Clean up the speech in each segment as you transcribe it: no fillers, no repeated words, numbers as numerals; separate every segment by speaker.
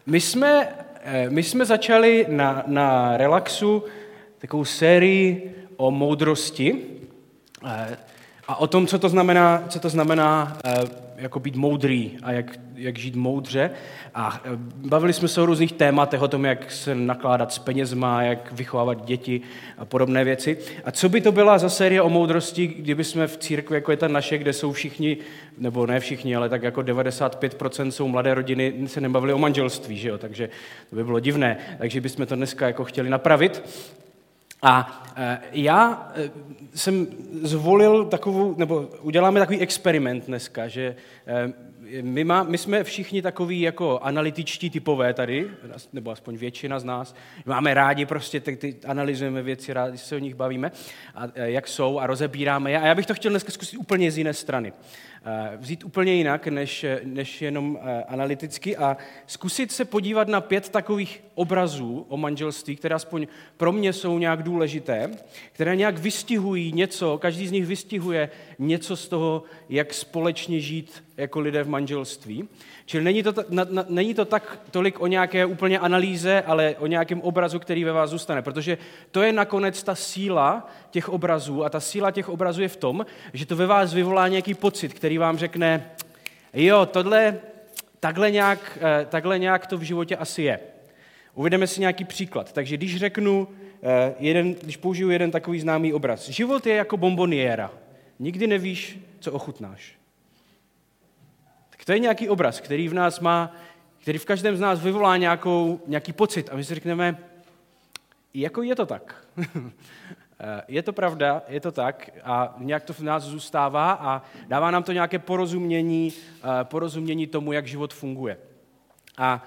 Speaker 1: My jsme začali na Relaxu takovou sérii o moudrosti a o tom, co to znamená jako být moudrý a jak žít moudře. A bavili jsme se o různých tématech, o tom, jak se nakládat s penězma, jak vychovávat děti a podobné věci. A co by to byla za série o moudrosti, kdyby jsme v církvi, jako je ta naše, kde jsou všichni, nebo ne všichni, ale tak jako 95% jsou mladé rodiny, se nebavili o manželství, že jo? Takže to by bylo divné. Takže bychom to dneska jako chtěli napravit. A já jsem zvolil takovou, nebo uděláme takový experiment dneska, že my jsme všichni takový jako analytičtí typové tady, nebo aspoň většina z nás. Máme rádi prostě, ty analyzujeme věci, rádi se o nich bavíme, a jak jsou a rozebíráme je. A já bych to chtěl dneska zkusit úplně z jiné strany. Vzít úplně jinak, než jenom analyticky a zkusit se podívat na 5 takových obrazů o manželství, které aspoň pro mě jsou nějak důležité, které nějak vystihují něco, každý z nich vystihuje něco z toho, jak společně žít jako lidé v manželství. Čili není to tak tolik o nějaké úplně analýze, ale o nějakém obrazu, který ve vás zůstane, protože to je nakonec ta síla těch obrazů a ta síla těch obrazů je v tom, že to ve vás vyvolá nějaký pocit, který vám řekne, jo, takhle nějak to v životě asi je. Uvedeme si nějaký příklad. Takže když použiju jeden takový známý obraz. Život je jako bomboniéra. Nikdy nevíš, co ochutnáš. Tak to je nějaký obraz, který v každém z nás vyvolá nějaký pocit. A my si řekneme, jako je to tak. Je to pravda, je to tak a nějak to v nás zůstává a dává nám to nějaké porozumění tomu, jak život funguje. A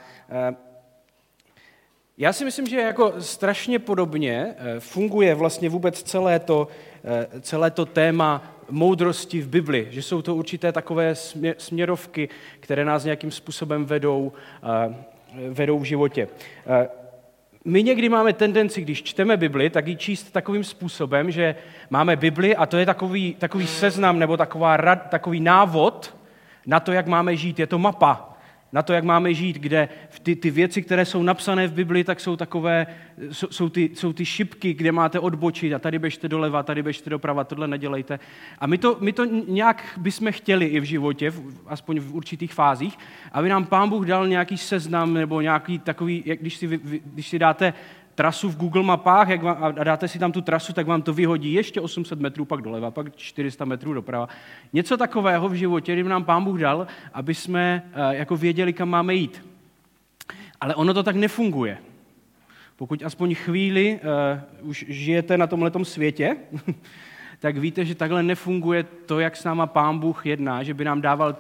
Speaker 1: já si myslím, že jako strašně podobně funguje vlastně vůbec celé to téma moudrosti v Bibli, že jsou to určité takové směrovky, které nás nějakým způsobem vedou v životě. My někdy máme tendenci, když čteme Bibli, tak ji číst takovým způsobem, že máme Bibli a to je takový seznam nebo takový návod na to, jak máme žít. Je to mapa na to, jak máme žít, kde ty věci, které jsou napsané v Bibli, tak jsou takové, jsou ty šipky, kde máte odbočit a tady běžte doleva, tady běžte doprava, tohle nedělejte. A my to nějak bychom chtěli i v životě, aspoň v určitých fázích, aby nám Pán Bůh dal nějaký seznam nebo nějaký takový, když si dáte trasu v Google mapách a dáte si tam tu trasu, tak vám to vyhodí ještě 800 metrů pak doleva, pak 400 metrů doprava. Něco takového v životě, kdy nám Pán Bůh dal, aby jsme jako věděli, kam máme jít. Ale ono to tak nefunguje. Pokud aspoň chvíli už žijete na tomhletom světě, tak víte, že takhle nefunguje to, jak s náma Pán Bůh jedná, že by nám dával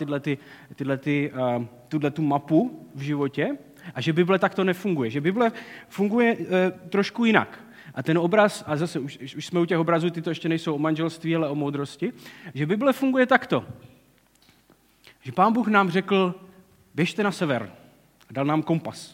Speaker 1: tu mapu v životě, a že Bible takto nefunguje. Že Bible funguje trošku jinak. A ten obraz, a zase už jsme u těch obrazů, ty to ještě nejsou o manželství, ale o moudrosti, že Bible funguje takto. Že Pán Bůh nám řekl, běžte na sever. A dal nám kompas.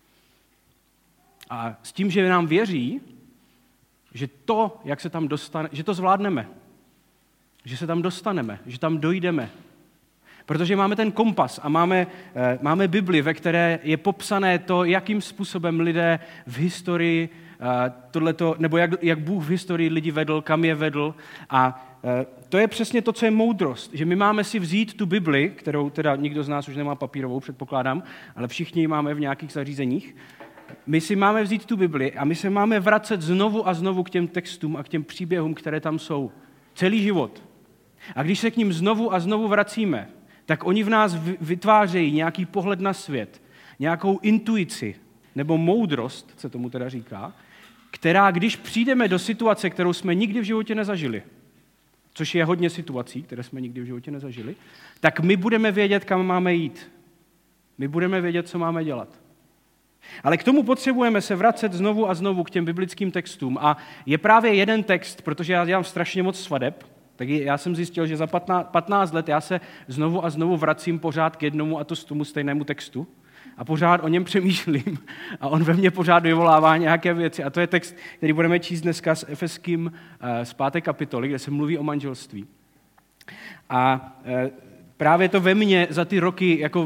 Speaker 1: A s tím, že nám věří, že to, jak se tam dostane, že to zvládneme. Že se tam dostaneme, že tam dojdeme. Protože máme ten kompas a máme Bibli, ve které je popsané to, jakým způsobem lidé v historii nebo jak Bůh v historii lidi vedl, kam je vedl. A to je přesně to, co je moudrost. Že my máme si vzít tu Bibli, kterou teda nikdo z nás už nemá papírovou, předpokládám, ale všichni ji máme v nějakých zařízeních. My si máme vzít tu Bibli a my se máme vracet znovu a znovu k těm textům a k těm příběhům, které tam jsou. Celý život. A když se k ním znovu a znovu vracíme, tak oni v nás vytvářejí nějaký pohled na svět, nějakou intuici nebo moudrost, se tomu teda říká, která, když přijdeme do situace, kterou jsme nikdy v životě nezažili, což je hodně situací, které jsme nikdy v životě nezažili, tak my budeme vědět, kam máme jít. My budeme vědět, co máme dělat. Ale k tomu potřebujeme se vracet znovu a znovu k těm biblickým textům. A je právě jeden text, protože já dělám strašně moc svadeb, tak já jsem zjistil, že za 15 let já se znovu a znovu vracím pořád k jednomu a tomu stejnému textu a pořád o něm přemýšlím a on ve mně pořád vyvolává nějaké věci. A to je text, který budeme číst dneska s Efeským z 5. kapitoly, kde se mluví o manželství. A právě to ve mně za ty roky jako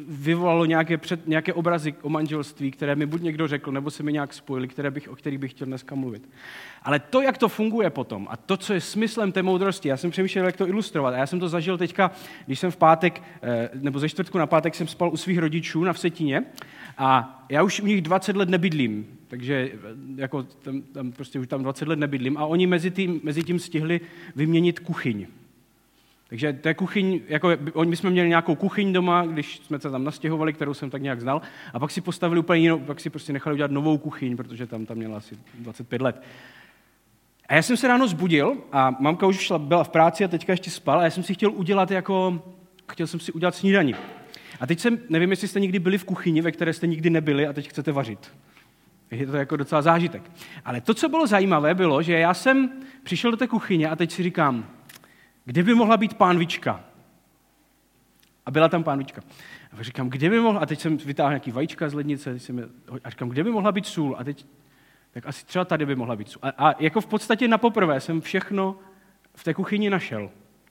Speaker 1: vyvolalo nějaké obrazy o manželství, které mi buď někdo řekl, nebo se mi nějak spojili, o kterých bych chtěl dneska mluvit. Ale to, jak to funguje potom a to, co je smyslem té moudrosti, já jsem přemýšlel, jak to ilustrovat a já jsem to zažil teďka, když jsem v pátek, nebo ze čtvrtku na pátek jsem spal u svých rodičů na Vsetíně a já už u nich 20 let nebydlím, takže jako tam prostě už tam 20 let nebydlím a oni mezi tím stihli vyměnit kuchyň. Takže to je kuchyň, my jsme měli nějakou kuchyň doma, když jsme se tam nastěhovali, kterou jsem tak nějak znal, a pak si postavili úplně jinou, pak si prostě nechali udělat novou kuchyň, protože tam měla asi 25 let. A já jsem se ráno zbudil a mamka už byla v práci a teďka ještě spala a já jsem si chtěl jsem si udělat snídani. A teď nevím, jestli jste někdy byli v kuchyni, ve které jste nikdy nebyli a teď chcete vařit. Je to jako docela zážitek. Ale to, co bylo zajímavé, bylo, že já jsem přišel do té kuchyně a teď si říkám, kde by mohla být pánvička? A byla tam pánvička. A říkám, kde by mohla, a teď jsem vytáhl nějaký vajíčka z lednice, a říkám, kde by mohla být sůl? A teď, tak asi třeba tady by mohla být sůl. A jako v podstatě napoprvé jsem všechno v té kuchyni našel.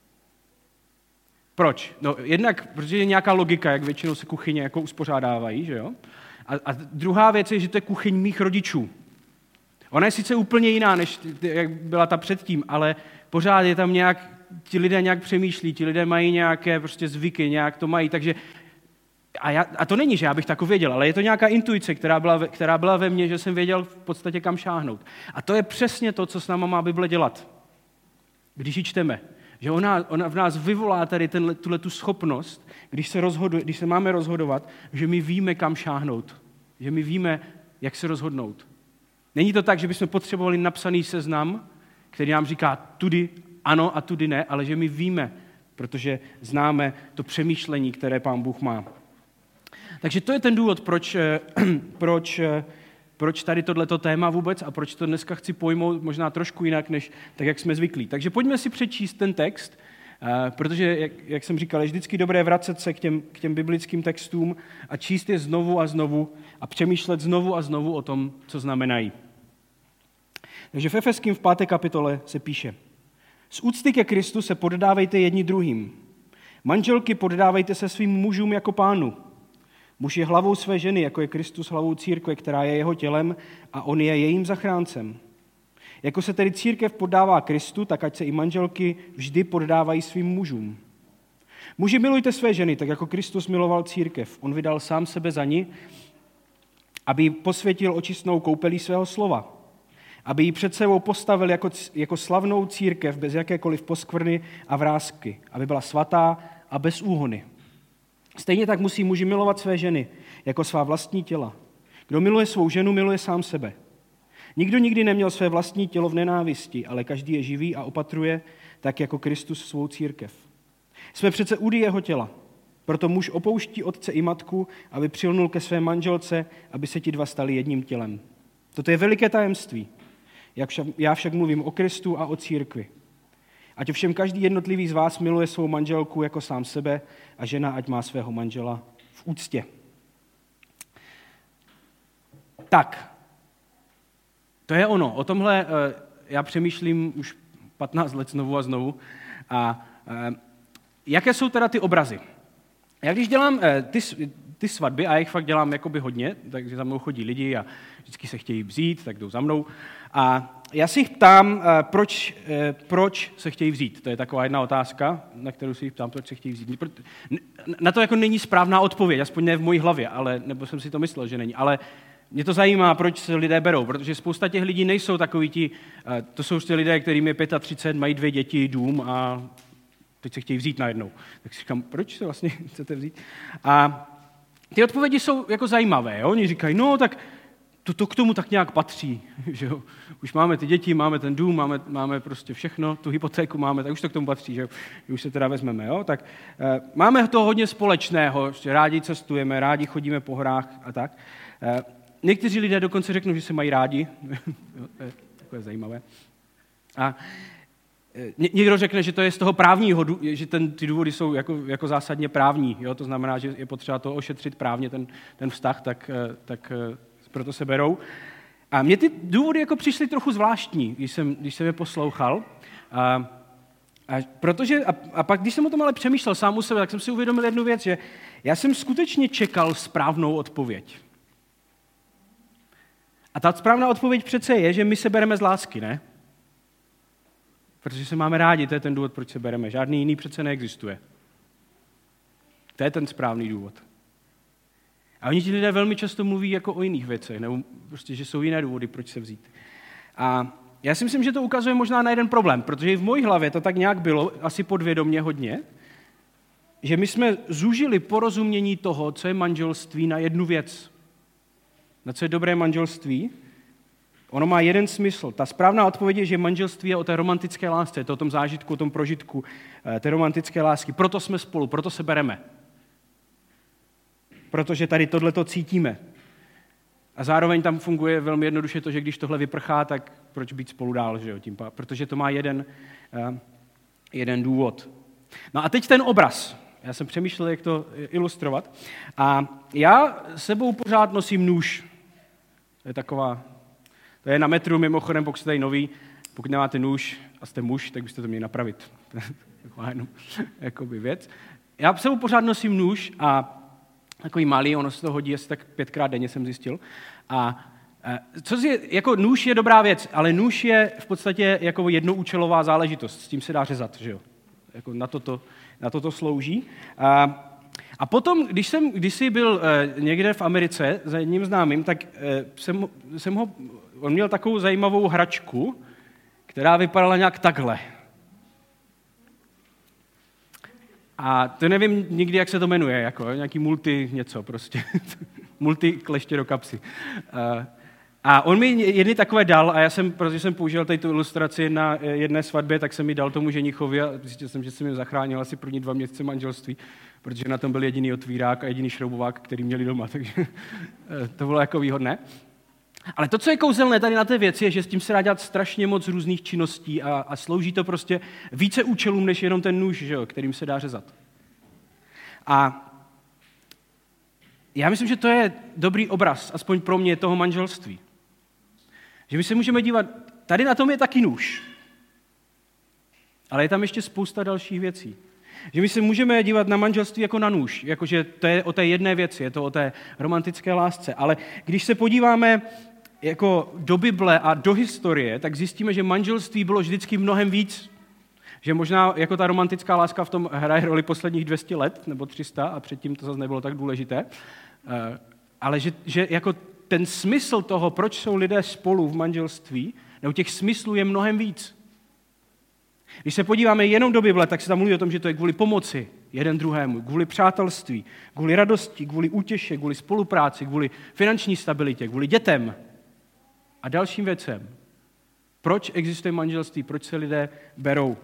Speaker 1: Proč? No jednak, protože je nějaká logika, jak většinou se kuchyně jako uspořádávají, že jo? A druhá věc je, že to je kuchyň mých rodičů. Ona je sice úplně jiná, než jak byla ta předtím, ale pořád je tam ti lidé nějak přemýšlí, ti lidé mají nějaké prostě zvyky, nějak to mají, takže a to není, že já bych tak věděl, ale je to nějaká intuice, která byla ve mně, že jsem věděl v podstatě kam šáhnout. A to je přesně to, co s náma má Bible dělat, když ji čteme. Že ona v nás vyvolá tady tu schopnost, když se máme rozhodovat, že my víme, kam šáhnout, že my víme, jak se rozhodnout. Není to tak, že bychom potřebovali napsaný seznam, který nám říká tudy ano a tudy ne, ale že my víme, protože známe to přemýšlení, které Pán Bůh má. Takže to je ten důvod, proč tady tohleto téma vůbec a proč to dneska chci pojmout možná trošku jinak, než tak, jak jsme zvyklí. Takže pojďme si přečíst ten text, protože, jak jsem říkal, je vždycky dobré vracet se k těm biblickým textům a číst je znovu a znovu a přemýšlet znovu a znovu o tom, co znamenají. Takže v Efeským v 5. kapitole se píše: Z úcty ke Kristu se poddávejte jedni druhým. Manželky, poddávejte se svým mužům jako Pánu. Muž je hlavou své ženy, jako je Kristus hlavou církve, která je jeho tělem a on je jejím zachráncem. Jako se tedy církev poddává Kristu, tak ať se i manželky vždy poddávají svým mužům. Muži, milujte své ženy, tak jako Kristus miloval církev. On vydal sám sebe za ní, aby ji posvětil očistnou koupelí svého slova. Aby ji před sebou postavil jako slavnou církev bez jakékoliv poskvrny a vrásky. Aby byla svatá a bez úhony. Stejně tak musí muži milovat své ženy jako svá vlastní těla. Kdo miluje svou ženu, miluje sám sebe. Nikdo nikdy neměl své vlastní tělo v nenávisti, ale každý je živý a opatruje, tak jako Kristus svou církev. Jsme přece údy jeho těla. Proto muž opouští otce i matku, aby přilnul ke své manželce, aby se ti dva stali jedním tělem. Toto je veliké tajemství. Já však mluvím o Kristu a o církvi. Ať ovšem každý jednotlivý z vás miluje svou manželku jako sám sebe a žena ať má svého manžela v úctě. Tak, to je ono. O tomhle já přemýšlím už 15 let znovu a znovu. A jaké jsou teda ty obrazy? Já když dělám ty svatby, a já jich fakt dělám jakoby hodně, takže za mnou chodí lidi a vždycky se chtějí vzít, tak jdou za mnou. A já si jich ptám, proč se chtějí vzít. To je taková jedna otázka, na kterou si jich ptám, proč se chtějí vzít. Na to jako není správná odpověď, aspoň ne v mojí hlavě, nebo jsem si to myslel, že není. Ale mě to zajímá, proč se lidé berou, protože spousta těch lidí nejsou takoví to jsou ty lidé, kterým je 35, mají 2 děti, dům a teď se chtějí vzít najednou. Tak si říkám, proč se vlastně chcete vzít? A ty odpovědi jsou jako zajímavé. Jo? Oni říkají, no tak to k tomu tak nějak patří. Že jo? Už máme ty děti, máme ten dům, máme prostě všechno, tu hypotéku máme, tak už to k tomu patří, že už se teda vezmeme. Jo? Tak máme to hodně společného, že rádi cestujeme, rádi chodíme po horách a tak. Někteří lidé dokonce řeknou, že se mají rádi. To je takové zajímavé. A někdo řekne, že to je z toho právního, že ty důvody jsou jako zásadně právní. Jo? To znamená, že je potřeba to ošetřit právně, ten vztah, tak proto se berou. A mně ty důvody jako přišly trochu zvláštní, když jsem je poslouchal. A pak, když jsem o tom ale přemýšlel sám u sebe, tak jsem si uvědomil jednu věc, že já jsem skutečně čekal správnou odpověď. A ta správná odpověď přece je, že my se bereme z lásky, ne? Protože se máme rádi, to je ten důvod, proč se bereme. Žádný jiný přece neexistuje. To je ten správný důvod. A oni ti lidé velmi často mluví jako o jiných věcech, nebo prostě, že jsou jiné důvody, proč se vzít. A já si myslím, že to ukazuje možná na jeden problém, protože i v mojí hlavě to tak nějak bylo, asi podvědomě hodně, že my jsme zúžili porozumění toho, co je manželství, na jednu věc. Na co je dobré manželství? Ono má jeden smysl. Ta správná odpověď je, že manželství je o té romantické lásce, je to o tom zážitku, o tom prožitku té romantické lásky. Proto jsme spolu, proto se bereme. Protože tady tohleto cítíme. A zároveň tam funguje velmi jednoduše to, že když tohle vyprchá, tak proč být spolu dál, že jo? Protože to má jeden důvod. No a teď ten obraz. Já jsem přemýšlel, jak to ilustrovat. A já sebou pořád nosím nůž. To je na metru, mimochodem, pokud jste tady nový, pokud nemáte nůž a jste muž, tak byste to měli napravit. Taková jenom věc. Já sebou pořád nosím nůž a takový malý, ono se to hodí asi tak 5krát denně, jsem zjistil. A jako nůž je dobrá věc, ale nůž je v podstatě jako jednoúčelová záležitost. S tím se dá řezat, že jo? Jako na toto slouží. A potom, když jsem kdysi byl někde v Americe za jedním známým, tak on měl takovou zajímavou hračku, která vypadala nějak takhle. A to nevím nikdy, jak se to jmenuje, jako nějaký multi něco prostě. Multi kleště do kapsy. A on mi jedny takové dal a protože jsem použil tady tu ilustraci na jedné svatbě, tak jsem mi dal tomu ženichovi a zjistil jsem, že jsem jim zachránil asi první 2 měsíce manželství, protože na tom byl jediný otvírák a jediný šroubovák, který měli doma, takže to bylo jako výhodné. Ale to, co je kouzelné tady na té věci, je, že s tím se dá dělat strašně moc různých činností a slouží to prostě více účelům, než jenom ten nůž, že jo, kterým se dá řezat. A já myslím, že to je dobrý obraz, aspoň pro mě, toho manželství. Že my se můžeme dívat, tady na tom je taky nůž, ale je tam ještě spousta dalších věcí. Že my se můžeme dívat na manželství jako na nůž, jakože to je o té jedné věci, je to o té romantické lásce, ale když se podíváme jako do Bible a do historie, tak zjistíme, že manželství bylo vždycky mnohem víc. Že možná jako ta romantická láska v tom hraje roli posledních 200 let nebo 300 a předtím to zase nebylo tak důležité. Ale že jako ten smysl toho, proč jsou lidé spolu v manželství, nebo těch smyslů je mnohem víc. Když se podíváme jenom do Bible, tak se tam mluví o tom, že to je kvůli pomoci jeden druhému, kvůli přátelství, kvůli radosti, kvůli útěše, kvůli spolupráci, kvůli finanční stabilitě, kvůli dětem a dalším věcem. Proč existuje manželství, proč se lidé berou?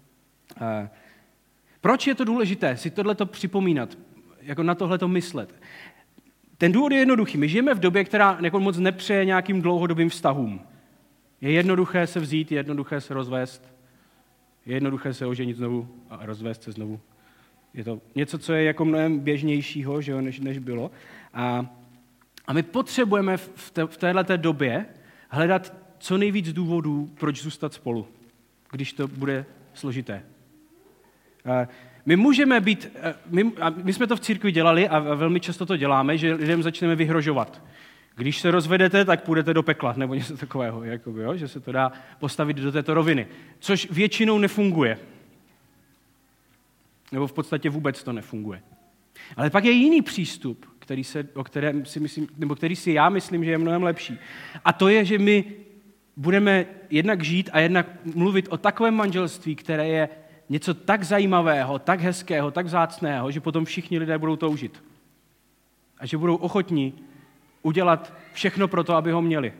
Speaker 1: Proč je to důležité si tohleto připomínat, jako na tohleto myslet? Ten důvod je jednoduchý. My žijeme v době, která jako moc nepřeje nějakým dlouhodobým vztahům. Je jednoduché se vzít, je jednoduché se rozvést, je jednoduché se oženit znovu a rozvést se znovu. Je to něco, co je jako mnohem běžnějšího, že jo, než bylo. A my potřebujeme v téhleté době hledat co nejvíc důvodů, proč zůstat spolu, když to bude složité. My můžeme být, my jsme to v církvi dělali a velmi často to děláme, že lidem začneme vyhrožovat. Když se rozvedete, tak půjdete do pekla, nebo něco takového, jakoby, jo? Že se to dá postavit do této roviny. Což většinou nefunguje. Nebo v podstatě vůbec to nefunguje. Ale pak je jiný přístup, který si já myslím, že je mnohem lepší. A to je, že my budeme jednak žít a jednak mluvit o takovém manželství, které je něco tak zajímavého, tak hezkého, tak vzácného, že potom všichni lidé budou toužit. A že budou ochotní udělat všechno pro to, aby ho měli.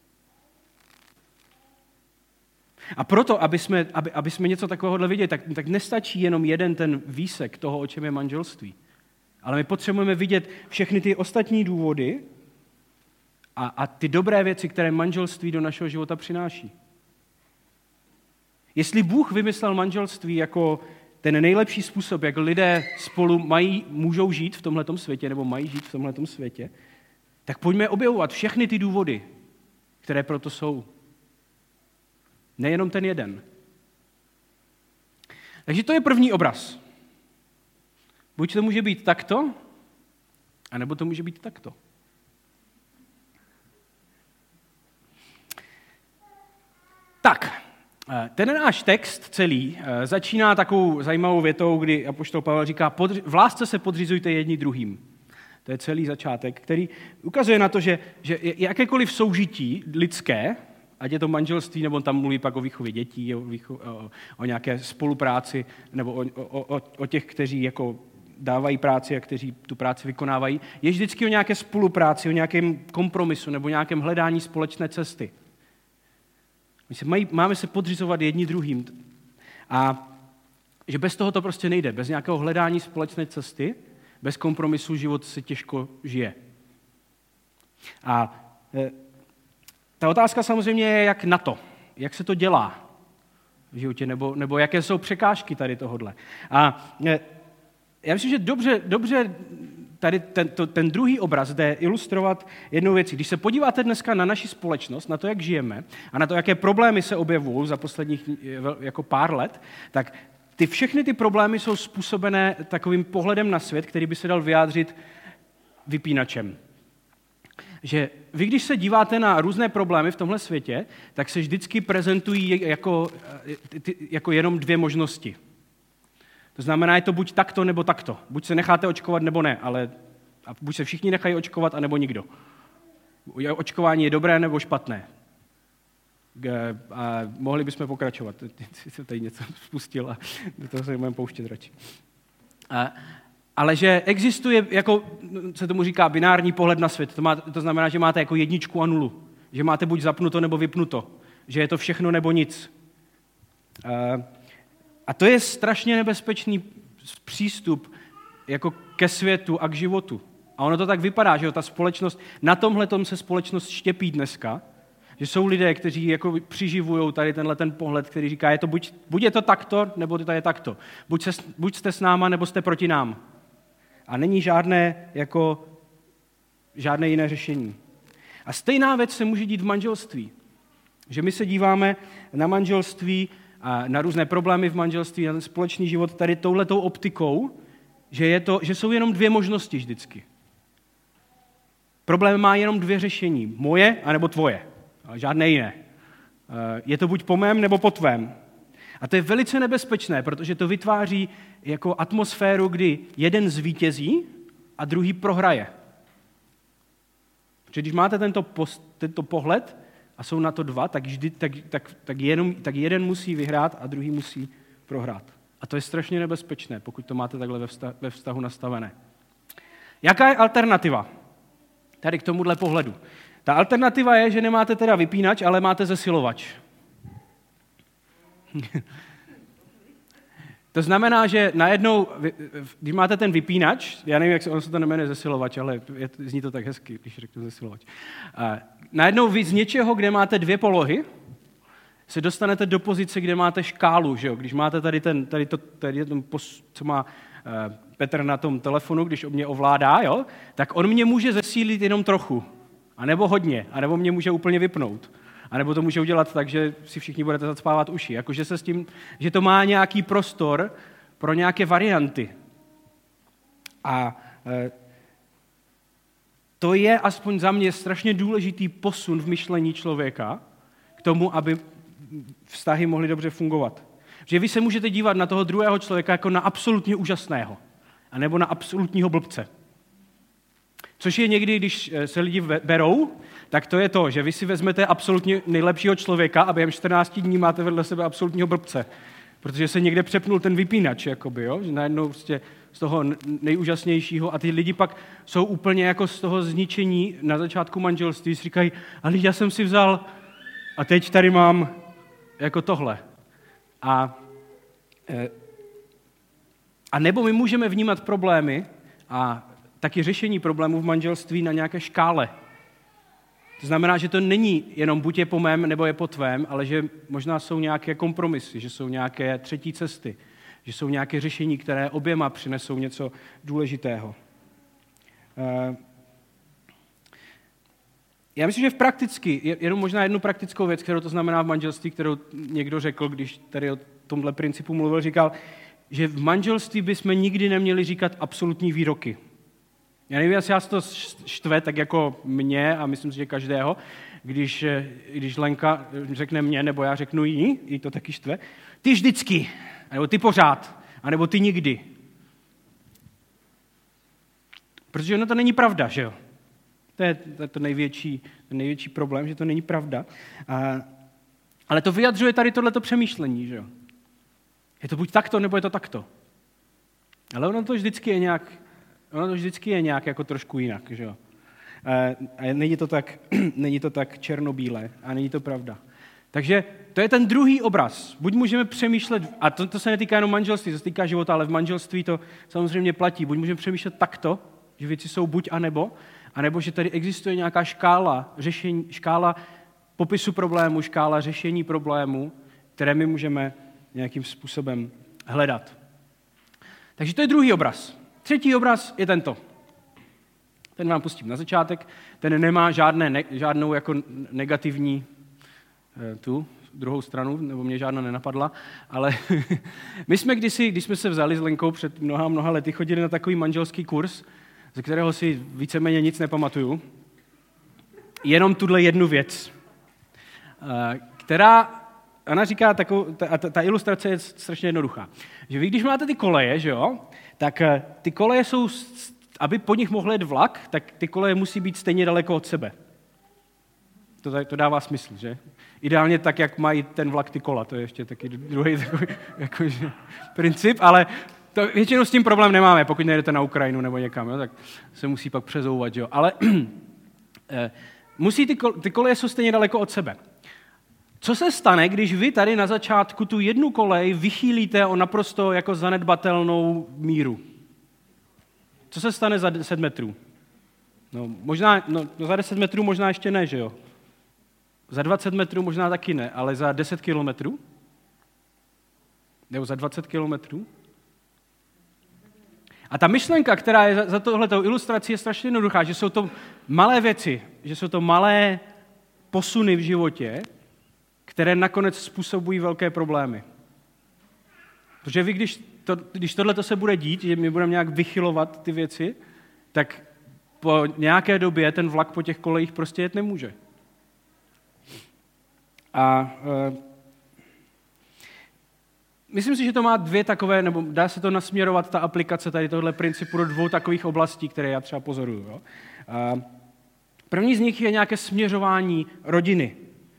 Speaker 1: A proto, aby jsme něco takového viděli, tak nestačí jenom jeden ten výsek toho, o čem je manželství. Ale my potřebujeme vidět všechny ty ostatní důvody a ty dobré věci, které manželství do našeho života přináší. Jestli Bůh vymyslel manželství jako ten nejlepší způsob, jak lidé spolu můžou žít v tomhletom světě, nebo mají žít v tomhletom světě, tak pojďme objevovat všechny ty důvody, které proto jsou. Nejenom ten jeden. Takže to je první obraz. Buď to může být takto, anebo to může být takto. Tak, ten náš text celý začíná takovou zajímavou větou, kdy apoštol Pavel říká, v lásce se podřizujte jedni druhým. To je celý začátek, který ukazuje na to, že jakékoliv soužití lidské, ať je to manželství, nebo tam mluví pak o výchově dětí, o nějaké spolupráci, nebo o těch, kteří jako dávají práci a kteří tu práci vykonávají, je vždycky o nějaké spolupráci, o nějakém kompromisu nebo nějakém hledání společné cesty. Máme se podřizovat jedni druhým. A že bez toho to prostě nejde. Bez nějakého hledání společné cesty, bez kompromisu život se těžko žije. A ta otázka samozřejmě je, jak na to. Jak se to dělá v životě, nebo jaké jsou překážky tady tohodle. A já myslím, že dobře tady ten druhý obraz jde ilustrovat jednou věcí. Když se podíváte dneska na naši společnost, na to, jak žijeme a na to, jaké problémy se objevují za posledních jako pár let, tak všechny ty problémy jsou způsobené takovým pohledem na svět, který by se dal vyjádřit vypínačem. Že vy, když se díváte na různé problémy v tomhle světě, tak se vždycky prezentují jako jenom dvě možnosti. To znamená, je to buď takto, nebo takto. Buď se necháte očkovat, nebo ne, ale buď se všichni nechají očkovat, anebo nikdo. Očkování je dobré, nebo špatné. A mohli bychom pokračovat. Jsem tady něco spustil a do toho se nebudeme pouštět radši. Ale že existuje, jako se tomu říká, binární pohled na svět. To znamená, že máte jako jedničku a nulu. Že máte buď zapnuto, nebo vypnuto. Že je to všechno, nebo nic. A to je strašně nebezpečný přístup jako ke světu a k životu. A ono to tak vypadá, že ta společnost, na tomhletom se společnost štěpí dneska, že jsou lidé, kteří jako přiživují tady ten pohled, který říká, je to buď je to takto, nebo to je takto. Buď jste s náma, nebo jste proti nám. A není žádné jiné řešení. A stejná věc se může dít v manželství. Že my se díváme na manželství a na různé problémy v manželství, na ten společný život tady touhletou optikou, že jsou jenom dvě možnosti vždycky. Problém má jenom dvě řešení. Moje, anebo tvoje. Ale žádné jiné. Je to buď po mém, nebo po tvém. A to je velice nebezpečné, protože to vytváří jako atmosféru, kdy jeden zvítězí a druhý prohraje. Protože když máte tento pohled a jsou na to dva, tak jeden musí vyhrát a druhý musí prohrát. A to je strašně nebezpečné, pokud to máte takhle ve vztahu nastavené. Jaká je alternativa tady k tomuhle pohledu? Ta alternativa je, že nemáte teda vypínač, ale máte zesilovač. To znamená, že najednou, když máte ten vypínač, já nevím, jak se to jmenuje zesilovač, ale zní to tak hezky, když řeknu zesilovač. Najednou vy z něčeho, kde máte dvě polohy, se dostanete do pozice, kde máte škálu, že jo? Když máte tady co má Petr na tom telefonu, když mě ovládá, jo? Tak on mě může zesílit jenom trochu, anebo hodně, anebo mě může úplně vypnout. A nebo to může udělat tak, že si všichni budete zacpávat uši. Jakože se s tím, že to má nějaký prostor pro nějaké varianty. A to je aspoň za mě strašně důležitý posun v myšlení člověka k tomu, aby vztahy mohly dobře fungovat. Že vy se můžete dívat na toho druhého člověka jako na absolutně úžasného. A nebo na absolutního blbce. Což je někdy, když se lidi berou, tak to je to, že vy si vezmete absolutně nejlepšího člověka a během 14 dní máte vedle sebe absolutního blbce. Protože se někde přepnul ten vypínač, jakoby, jo? Že najednou prostě z toho nejúžasnějšího a ty lidi pak jsou úplně jako z toho zničení na začátku manželství, si říkají, ale já jsem si vzal a teď tady mám jako tohle. A nebo my můžeme vnímat problémy a taky řešení problémů v manželství na nějaké škále. To znamená, že to není jenom buď je po mém, nebo je po tvém, ale že možná jsou nějaké kompromisy, že jsou nějaké třetí cesty, že jsou nějaké řešení, které oběma přinesou něco důležitého. Já myslím, že jenom možná jednu praktickou věc, kterou to znamená v manželství, kterou někdo řekl, když tady o tomhle principu mluvil, říkal, že v manželství bychom nikdy neměli říkat absolutní výroky. Já nevím, jestli to štve tak jako mě a myslím si, že každého, když Lenka řekne mě, nebo já řeknu jí to taky štve, ty vždycky, nebo ty pořád, anebo ty nikdy. Protože ono to není pravda, že jo? To je to největší problém, že to není pravda. Ale to vyjadřuje tady tohleto přemýšlení, že jo? Je to buď takto, nebo je to takto. Ale ono to vždycky je nějak jako trošku jinak, že jo? A není to tak černobílé a není to pravda. Takže to je ten druhý obraz. Buď můžeme přemýšlet, a to se netýká jenom manželství, to se týká života, ale v manželství to samozřejmě platí. Buď můžeme přemýšlet takto, že věci jsou buď a nebo že tady existuje nějaká škála popisu problému, škála řešení problému, které my můžeme nějakým způsobem hledat. Takže to je druhý obraz. Třetí obraz je tento. Ten vám pustím na začátek. Ten nemá žádnou jako negativní tu druhou stranu, nebo mě žádná nenapadla, ale my jsme kdysi, když jsme se vzali s Lenkou před mnoha lety, chodili na takový manželský kurz, ze kterého si víceméně nic nepamatuju. Jenom tuhle jednu věc, která, ona říká, ta ilustrace je strašně jednoduchá, že vy, když máte ty koleje, že jo, tak ty koleje jsou, aby po nich mohl jet vlak, tak ty koleje musí být stejně daleko od sebe. To dává smysl, že? Ideálně tak, jak mají ten vlak ty kola, to je ještě taky druhý takový jakože, princip, ale většinou s tím problém nemáme, pokud nejdete na Ukrajinu nebo někam, jo, tak se musí pak přezouvat, jo. Ale musí ty koleje jsou stejně daleko od sebe. Co se stane, když vy tady na začátku tu jednu kolej vychýlíte o naprosto jako zanedbatelnou míru? Co se stane za 10 metrů? Za 10 metrů možná ještě ne, že jo? Za 20 metrů možná taky ne, ale za 10 kilometrů? Nebo za 20 kilometrů? A ta myšlenka, která je za tohletou ilustrací, je strašně jednoduchá, že jsou to malé věci, že jsou to malé posuny v životě, které nakonec způsobují velké problémy. Protože vy, když tohleto se bude dít, že my budeme nějak vychylovat ty věci, tak po nějaké době ten vlak po těch kolejích prostě jet nemůže. A myslím si, že to má dvě takové, nebo dá se to nasměrovat, ta aplikace tady tohle principu do dvou takových oblastí, které já třeba pozoruju. Jo? První z nich je nějaké směřování rodiny.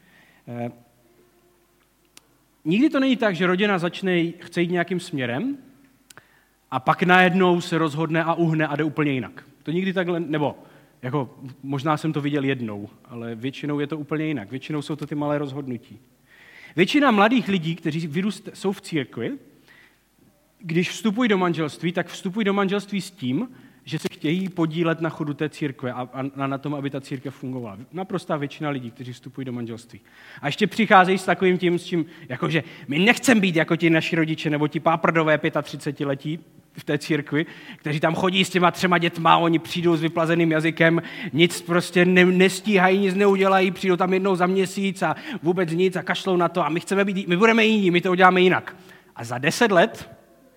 Speaker 1: Nikdy to není tak, že rodina chce jít nějakým směrem a pak najednou se rozhodne a uhne a jde úplně jinak. To nikdy takhle, nebo jako možná jsem to viděl jednou, ale většinou je to úplně jinak. Většinou jsou to ty malé rozhodnutí. Většina mladých lidí, kteří jsou v církvi, když vstupují do manželství, tak vstupují do manželství s tím, že se chtějí podílet na chodu té církve a na tom, aby ta církev fungovala. Naprostá většina lidí, kteří vstupují do manželství. A ještě přicházejí s takovým tím, s čím, jakože my nechceme být jako ti naši rodiče nebo ti páprdové 35letí v té církvi, kteří tam chodí s těma 3 dětma, oni přijdou s vyplazeným jazykem, nic prostě nestíhají, nic neudělají, přijdou tam jednou za měsíc a vůbec nic a kašlou na to a my budeme jiní, my to uděláme jinak. A za 10 let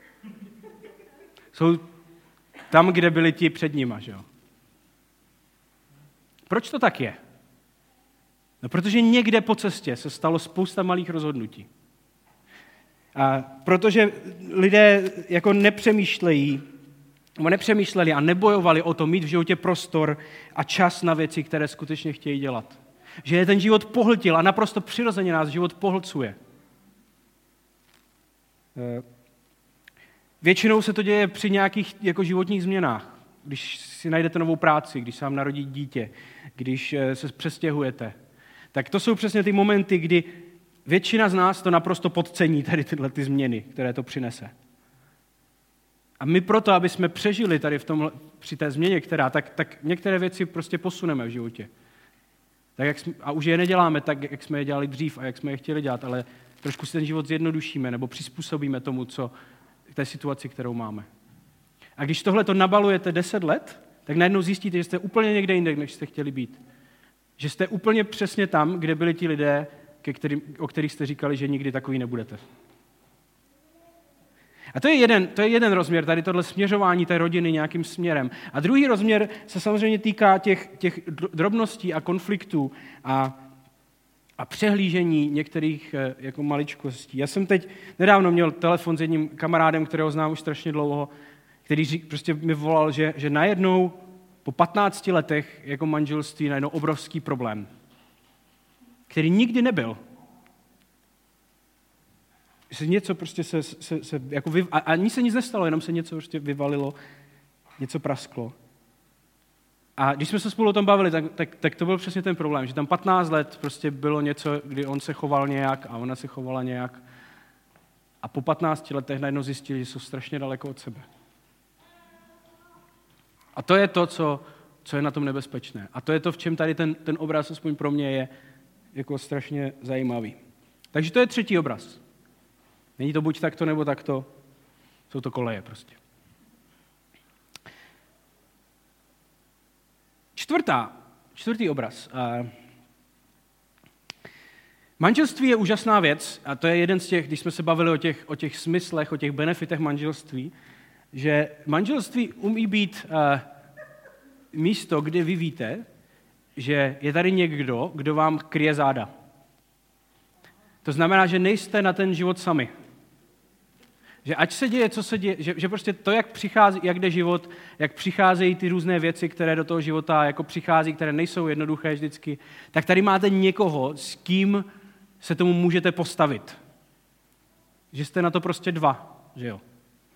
Speaker 1: jsou tam, kde byli ti před nima, že jo? Proč to tak je? No, protože někde po cestě se stalo spousta malých rozhodnutí. A protože lidé jako nepřemýšleli a nebojovali o to mít v životě prostor a čas na věci, které skutečně chtějí dělat. Že je ten život pohltil a naprosto přirozeně nás život pohlcuje. Většinou se to děje při nějakých jako životních změnách. Když si najdete novou práci, když se vám narodí dítě, když se přestěhujete. Tak to jsou přesně ty momenty, kdy většina z nás to naprosto podcení, tady tyhle ty změny, které to přinese. A my proto, aby jsme přežili tady při té změně, tak některé věci prostě posuneme v životě. A už je neděláme tak, jak jsme je dělali dřív a jak jsme je chtěli dělat, ale trošku si ten život zjednodušíme nebo přizpůsobíme tomu, té situaci, kterou máme. A když tohle to nabalujete 10 let, tak najednou zjistíte, že jste úplně někde jinde, než jste chtěli být.
Speaker 2: Že jste úplně přesně tam, kde byli ti lidé, o kterých jste říkali, že nikdy takový nebudete. A to je jeden rozměr, tady tohle směřování té rodiny nějakým směrem. A druhý rozměr se samozřejmě týká těch drobností a konfliktů a přehlížení některých jako maličkostí. Já jsem teď nedávno měl telefon s jedním kamarádem, kterého znám už strašně dlouho, který prostě mi volal, že najednou po 15 letech jako manželství najednou obrovský problém, který nikdy nebyl. Že něco prostě se jako a ani se nic nestalo, jenom se něco prostě vyvalilo, něco prasklo. A když jsme se spolu o tom bavili, tak to byl přesně ten problém, že tam 15 let prostě bylo něco, kdy on se choval nějak a ona se chovala nějak. A po 15 letech najednou zjistili, že jsou strašně daleko od sebe. A to je to, co je na tom nebezpečné. A to je to, v čem tady ten obraz, aspoň pro mě, je jako strašně zajímavý. Takže to je třetí obraz. Není to buď takto, nebo takto. Jsou to koleje prostě. Čtvrtý obraz. Manželství je úžasná věc, a to je jeden z těch, když jsme se bavili o těch smyslech, o těch benefitech manželství, že manželství umí být místo, kde vy víte, že je tady někdo, kdo vám kryje záda. To znamená, že nejste na ten život sami. Že ať se děje, co se děje, že prostě to, jak jde život, jak přicházejí ty různé věci, které do toho života jako přichází, které nejsou jednoduché vždycky, tak tady máte někoho, s kým se tomu můžete postavit. Že jste na to prostě dva, že jo.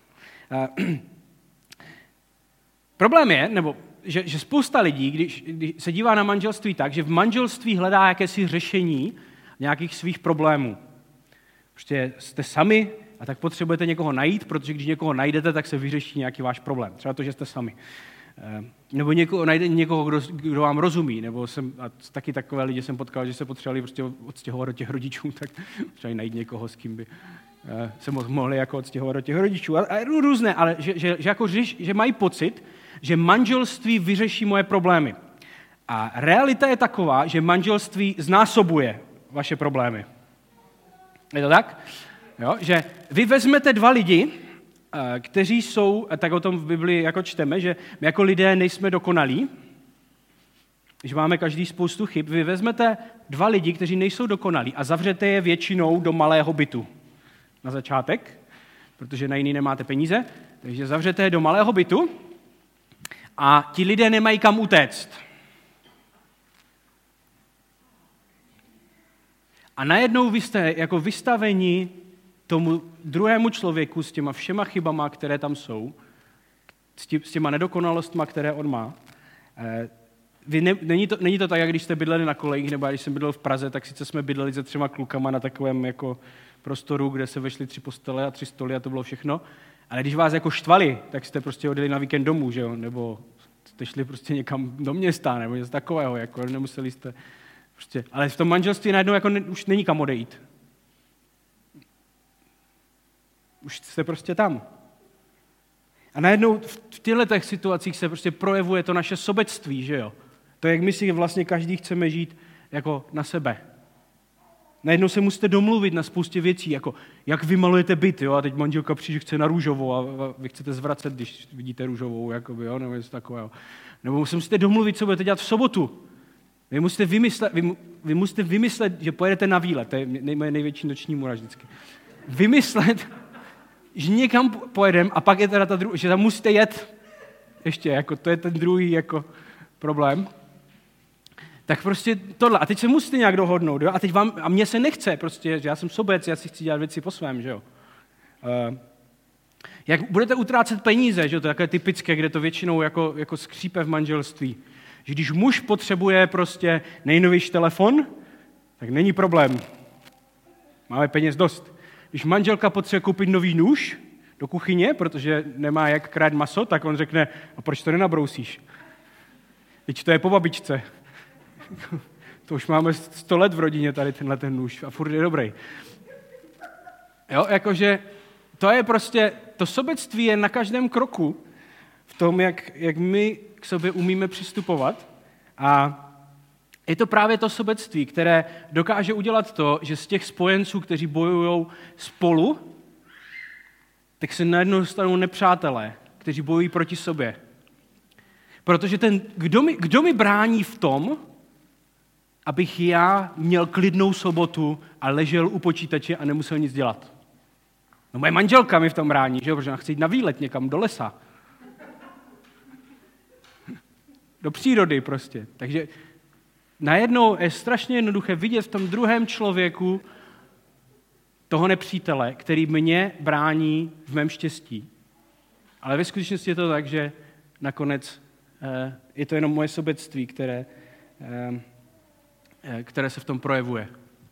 Speaker 2: Problém je, že spousta lidí, když se dívá na manželství tak, že v manželství hledá jakési řešení nějakých svých problémů. Prostě jste sami a tak potřebujete někoho najít, protože když někoho najdete, tak se vyřeší nějaký váš problém. Třeba to, že jste sami. Nebo najdete někoho, kdo vám rozumí. Nebo taky takové lidi jsem potkal, že se potřebovali prostě odstěhovat do těch rodičů, tak třeba najít někoho, s kým by se mohli jako odstěhovat do těch rodičů. A různé, ale že mají pocit, že manželství vyřeší moje problémy. A realita je taková, že manželství znásobuje vaše problémy. Je to tak? Jo? Že vy vezmete dva lidi, kteří jsou, tak o tom v Biblii jako čteme, že my jako lidé nejsme dokonalí, že máme každý spoustu chyb. Vy vezmete dva lidi, kteří nejsou dokonalí a zavřete je většinou do malého bytu na začátek, protože na jiný nemáte peníze, takže zavřete je do malého bytu a ti lidé nemají kam utéct. A najednou vy jste jako vystaveni tomu druhému člověku s těma všema chybama, které tam jsou, s těma nedokonalostma, které on má. Není to tak, jak když jste bydleli na kolejích, nebo když jsem bydlel v Praze, tak sice jsme bydleli se 3 klukama na takovém jako prostoru, kde se vešly 3 postele a 3 stoly a to bylo všechno. Ale když vás jako štvali, tak jste prostě odjeli na víkend domů, že jo? Nebo jste šli prostě někam do města, nebo něco takového, jako nemuseli jste prostě. Ale v tom manželství najednou jako už není kam odejít. Už jste prostě tam. A najednou v těchto situacích se prostě projevuje to naše sobectví, že jo? To, jak my si vlastně každý chceme žít jako na sebe. Najednou se musíte domluvit na spoustě věcí, jako jak vymalujete byt, jo? A teď manželka přijde, chce na růžovou a vy chcete zvracet, když vidíte růžovou, jakoby, jo? Nebo něco takového. Nebo se musíte domluvit, co budete dělat v sobotu. Vy musíte vymyslet, že pojedete na výlet, to je moje největší noční můra vždycky. Vymyslet, že někam pojedeme a pak je teda ta druhá, že tam musíte jet ještě, jako to je ten druhý jako problém. Tak prostě tohle. A teď se musíte nějak dohodnout, jo? A mně se nechce prostě, že já jsem sobec, já si chci dělat věci po svém, že jo. Jak budete utrácet peníze, že jo, to je takové typické, kde to většinou jako skřípe v manželství. Že když muž potřebuje prostě nejnovější telefon, tak není problém. Máme peněz dost. Když manželka potřebuje koupit nový nůž do kuchyně, protože nemá jak krát maso, tak on řekne, a proč to nenabrousíš? Teď to je po babičce. To už máme 100 let v rodině tady tenhle ten nůž a furt je dobrý. Jo, jakože to je prostě, to sobectví je na každém kroku v tom, jak my k sobě umíme přistupovat a Je to právě to sobectví, které dokáže udělat to, že z těch spojenců, kteří bojují spolu, tak se najednou stanou nepřátelé, kteří bojují proti sobě. Protože kdo mi brání v tom, abych já měl klidnou sobotu a ležel u počítače a nemusel nic dělat? No moje manželka mi v tom brání, že jo? Protože já chci jít na výlet někam do lesa. Do přírody prostě. Takže najednou je strašně jednoduché vidět v tom druhém člověku toho nepřítele, který mě brání v mém štěstí. Ale ve skutečnosti je to tak, že nakonec je to jenom moje sobectví, které se v tom projevuje.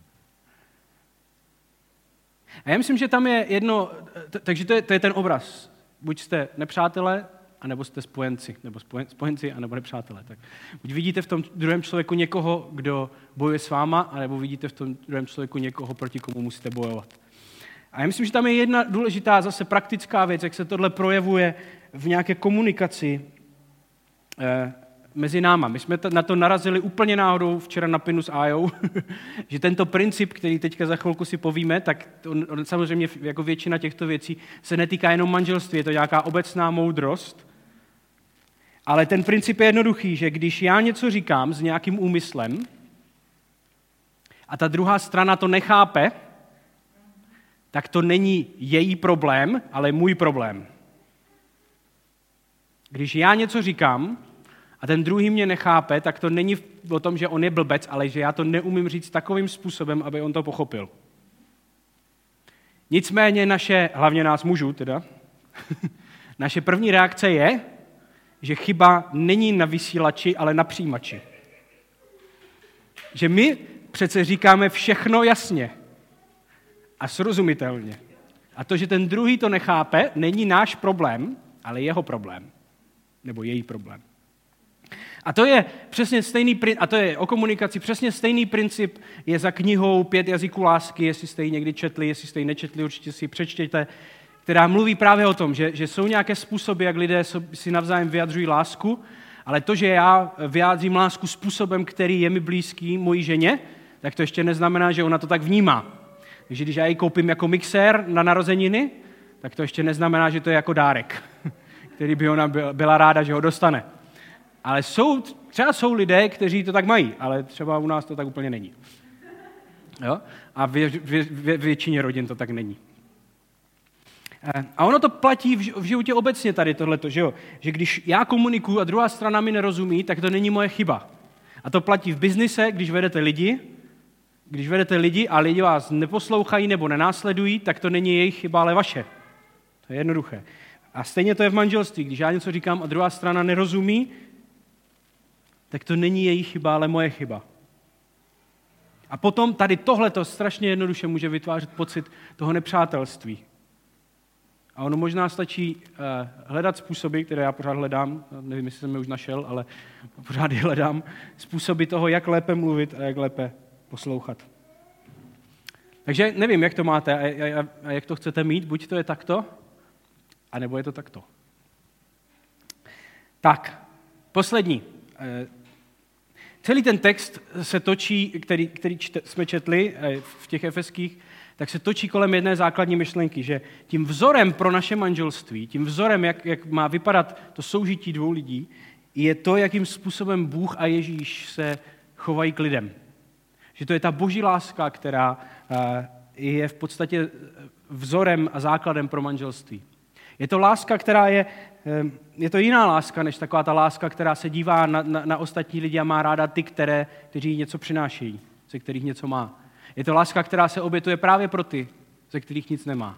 Speaker 2: A já myslím, že tam je jedno, takže to je ten obraz. Buď jste nepřátelé, anebo jste spojenci, nebo spojenci, anebo nepřátelé. Tak buď vidíte v tom druhém člověku někoho, kdo bojuje s váma, anebo vidíte v tom druhém člověku někoho, proti komu musíte bojovat. A já myslím, že tam je jedna důležitá zase praktická věc, jak se tohle projevuje v nějaké komunikaci mezi náma. My jsme na to narazili úplně náhodou včera na Pinu s Ajou, že tento princip, který teďka za chvilku si povíme, tak on samozřejmě jako většina těchto věcí se netýká jenom manželství, je to nějaká obecná moudrost, ale ten princip je jednoduchý, že když já něco říkám s nějakým úmyslem a ta druhá strana to nechápe, tak to není její problém, ale můj problém. Když já něco říkám a ten druhý mě nechápe, tak to není o tom, že on je blbec, ale že já to neumím říct takovým způsobem, aby on to pochopil. Nicméně hlavně nás mužů teda, naše první reakce je, že chyba není na vysílači, ale na přijímači. Že my přece říkáme všechno jasně a srozumitelně. A to, že ten druhý to nechápe, není náš problém, ale jeho problém. Nebo její problém. A to je přesně stejný, a to je o komunikaci, přesně stejný princip je za knihou 5 jazyků lásky, jestli jste ji někdy četli, jestli jste ji nečetli, určitě si ji přečtěte, která mluví právě o tom, že jsou nějaké způsoby, jak lidé si navzájem vyjadřují lásku, ale to, že já vyjádřím lásku způsobem, který je mi blízký, mojí ženě, tak to ještě neznamená, že ona to tak vnímá. Takže když já ji koupím jako mixér na narozeniny, tak to ještě neznamená, že to je jako dárek, který by ona byla ráda, že ho dostane. Ale třeba jsou lidé, kteří to tak mají, ale třeba u nás to tak úplně není. Jo? A v většině rodin to tak není. A ono to platí v životě obecně tady tohleto, že jo? Že když já komunikuju a druhá strana mi nerozumí, tak to není moje chyba. A to platí v biznise, když vedete lidi a lidi vás neposlouchají nebo nenásledují, tak to není jejich chyba, ale vaše. To je jednoduché. A stejně to je v manželství. Když já něco říkám a druhá strana nerozumí, tak to není její chyba, ale moje chyba. A potom tady tohleto strašně jednoduše může vytvářet pocit toho nepřátelství. A ono možná stačí hledat způsoby, které já pořád hledám, nevím, jestli jsem je už našel, ale pořád je hledám, způsoby toho, jak lépe mluvit a jak lépe poslouchat. Takže nevím, jak to máte a jak to chcete mít, buď to je takto, anebo je to takto. Tak, poslední. Celý ten text se točí, který jsme četli v těch Efeských, tak se točí kolem jedné základní myšlenky, že tím vzorem pro naše manželství, tím vzorem, jak má vypadat to soužití dvou lidí, je to, jakým způsobem Bůh a Ježíš se chovají k lidem. Že to je ta boží láska, která je v podstatě vzorem a základem pro manželství. Je to láska, která je to jiná láska, než taková ta láska, která se dívá na ostatní lidi a má ráda ty, kteří něco přinášejí, ze kterých něco má. Je to láska, která se obětuje právě pro ty, ze kterých nic nemá.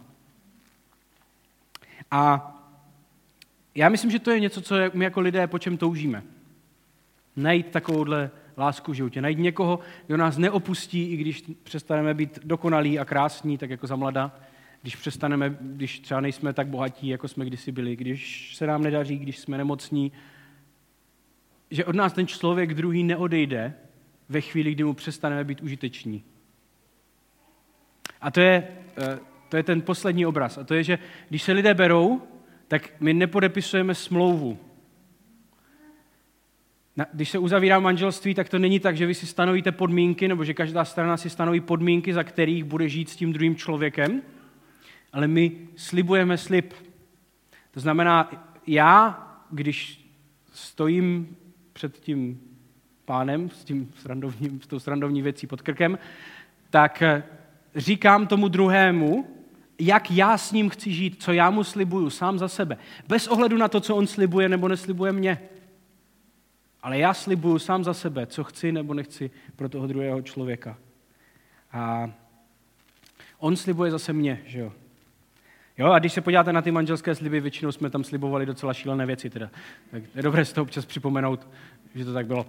Speaker 2: A já myslím, že to je něco, co my jako lidé po čem toužíme. Najít takovouhle lásku v životě. Najít někoho, kdo nás neopustí, i když přestaneme být dokonalí a krásní, tak jako za mlada. Když třeba nejsme tak bohatí, jako jsme kdysi byli, když se nám nedaří, když jsme nemocní, že od nás ten člověk druhý neodejde ve chvíli, kdy mu přestaneme být užiteční. A to je ten poslední obraz. A to je, že když se lidé berou, tak my nepodepisujeme smlouvu. Když se uzavírá manželství, tak to není tak, že vy si stanovíte podmínky, nebo že každá strana si stanoví podmínky, za kterých bude žít s tím druhým člověkem, ale my slibujeme slib. To znamená, já, když stojím před tím pánem, s tou srandovní věcí pod krkem, tak říkám tomu druhému, jak já s ním chci žít, co já mu slibuju sám za sebe. Bez ohledu na to, co on slibuje nebo neslibuje mě. Ale já slibuju sám za sebe, co chci nebo nechci pro toho druhého člověka. A on slibuje zase mě, že jo. Jo, a když se podíváte na ty manželské sliby, většinou jsme tam slibovali docela šílené věci teda. Tak je dobré si to občas připomenout, že to tak bylo.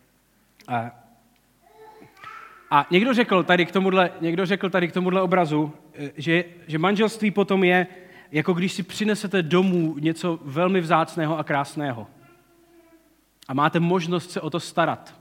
Speaker 2: A někdo řekl tady k tomuhle obrazu, že manželství potom je, jako když si přinesete domů něco velmi vzácného a krásného. A máte možnost se o to starat.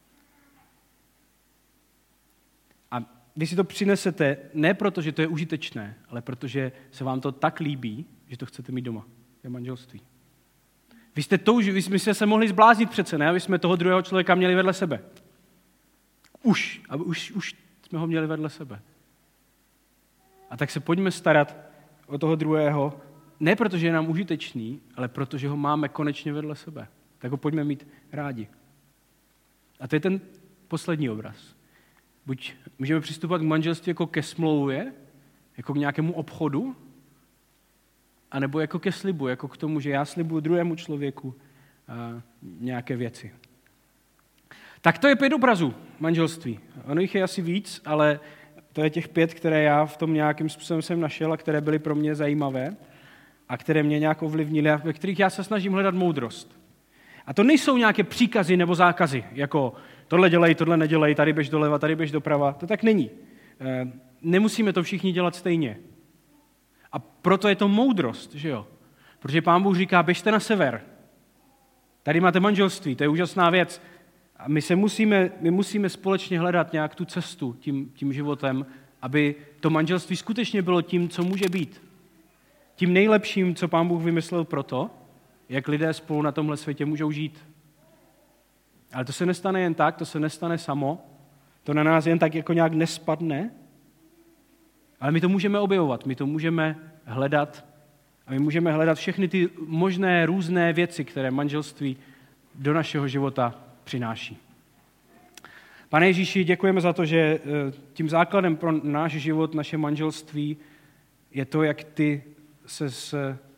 Speaker 2: A když si to přinesete, ne proto, že to je užitečné, ale protože se vám to tak líbí, že to chcete mít doma. To je manželství. Vy jste se mohli zbláznit přece, ne? Aby jsme toho druhého člověka měli vedle sebe. Už jsme ho měli vedle sebe. A tak se pojďme starat o toho druhého, ne protože je nám užitečný, ale protože ho máme konečně vedle sebe. Tak ho pojďme mít rádi. A to je ten poslední obraz. Buď můžeme přistupovat k manželství jako ke smlouvě, jako k nějakému obchodu, anebo jako ke slibu, jako k tomu, že já slibuju druhému člověku nějaké věci. Tak to je 5 obrazů manželství. Ono jich je asi víc, ale to je těch 5, které já v tom nějakým způsobem jsem našel a které byly pro mě zajímavé a které mě nějak ovlivnily a ve kterých já se snažím hledat moudrost. A to nejsou nějaké příkazy nebo zákazy, jako tohle dělej, tohle nedělej, tady běž doleva, tady běž doprava. To tak není. Nemusíme to všichni dělat stejně. A proto je to moudrost, že jo? Protože Pán Bůh říká, běžte na sever. Tady máte manželství, to je úžasná věc. A my musíme společně hledat nějak tu cestu tím životem, aby to manželství skutečně bylo tím, co může být. Tím nejlepším, co Pán Bůh vymyslel proto, jak lidé spolu na tomhle světě můžou žít. Ale to se nestane jen tak, to se nestane samo, to na nás jen tak jako nějak nespadne, ale my to můžeme objevovat, my to můžeme hledat a my můžeme hledat všechny ty možné různé věci, které manželství do našeho života přináší. Pane Ježíši, děkujeme za to, že tím základem pro náš život, naše manželství je to, jak ty ses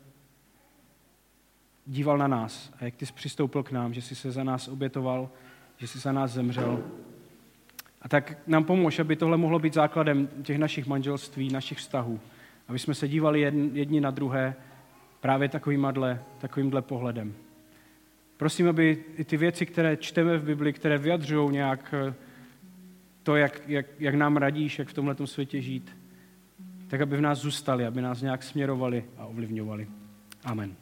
Speaker 2: díval na nás a jak ty jsi přistoupil k nám, že jsi se za nás obětoval, že jsi za nás zemřel. A tak nám pomož, aby tohle mohlo být základem těch našich manželství, našich vztahů. Aby jsme se dívali jedni na druhé právě takovýmhle pohledem. Prosím, aby i ty věci, které čteme v Bibli, které vyjadřují nějak to, jak nám radíš, jak v tomhletom světě žít, tak aby v nás zůstaly, aby nás nějak směrovali a ovlivňovali. Amen.